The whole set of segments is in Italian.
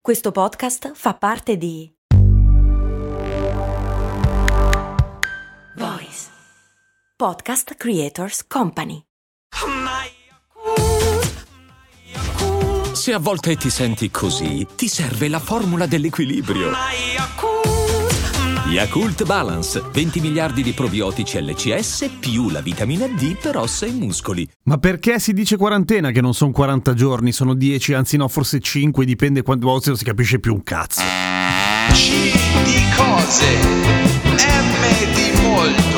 Questo podcast fa parte di Voice Podcast Creators Company. Se a volte ti senti così, ti serve la formula dell'equilibrio. Yakult Balance, 20 miliardi di probiotici LCS più la vitamina D per ossa e muscoli. Ma perché si dice quarantena che non sono 40 giorni, sono 10, anzi no, forse 5, dipende quante volte non si capisce più un cazzo. C di cose, M di molto,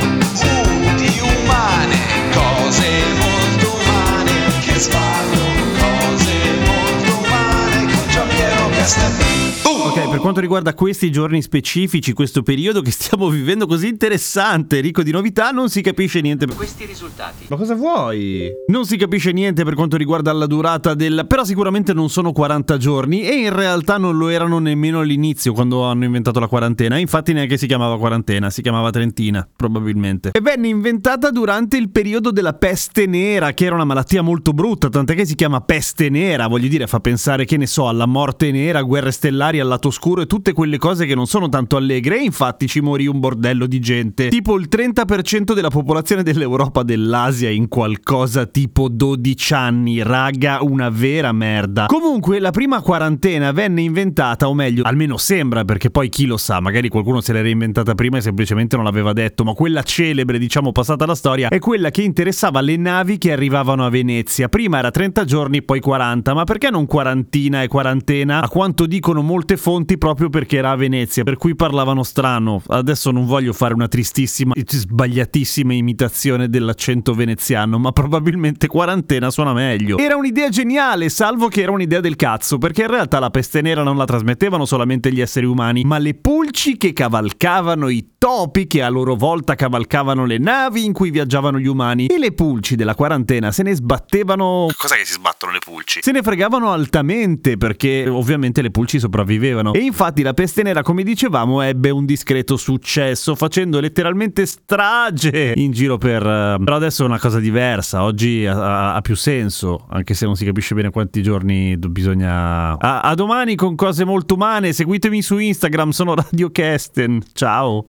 U di umane, cose molto umane, che sbaglio, cose molto umane, con Giampiero Castelnuovo. Ok, per quanto riguarda questi giorni specifici, questo periodo che stiamo vivendo così interessante, ricco di novità, non si capisce niente. Questi risultati. Ma cosa vuoi? Non si capisce niente per quanto riguarda la durata del... Però sicuramente non sono 40 giorni e in realtà non lo erano nemmeno all'inizio quando hanno inventato la quarantena. Infatti neanche si chiamava quarantena, si chiamava trentina, probabilmente. E venne inventata durante il periodo della peste nera, che era una malattia molto brutta, tant'è che si chiama peste nera. Voglio dire, fa pensare, che ne so, alla morte nera, guerre stellari, al lato oscuro e tutte quelle cose che non sono tanto allegre. E infatti ci morì un bordello di gente, tipo il 30% della popolazione dell'Europa, dell'Asia, in qualcosa tipo 12 anni. Raga, una vera merda. Comunque la prima quarantena venne inventata, o meglio, almeno sembra, perché poi chi lo sa, magari qualcuno se l'era reinventata prima e semplicemente non l'aveva detto, ma quella celebre, diciamo passata la storia, è quella che interessava le navi che arrivavano a Venezia. Prima era 30 giorni, poi 40, ma perché non quarantina e quarantena? A quanto dicono molte fonti, proprio perché era a Venezia, per cui parlavano strano. Adesso non voglio fare una tristissima e sbagliatissima imitazione dell'accento veneziano, ma probabilmente quarantena suona meglio. Era un'idea geniale, salvo che era un'idea del cazzo, perché in realtà la peste nera non la trasmettevano solamente gli esseri umani, ma le pulci che cavalcavano i topi, che a loro volta cavalcavano le navi in cui viaggiavano gli umani. E le pulci della quarantena se ne sbattevano... Cos'è che si sbattono le pulci? Se ne fregavano altamente, perché ovviamente le pulci sopravvivevano. E infatti la peste nera, come dicevamo, ebbe un discreto successo, facendo letteralmente strage in giro per... Però adesso è una cosa diversa, oggi ha più senso, anche se non si capisce bene quanti giorni bisogna... A domani con cose molto umane, seguitemi su Instagram, sono Radio Kesten, ciao!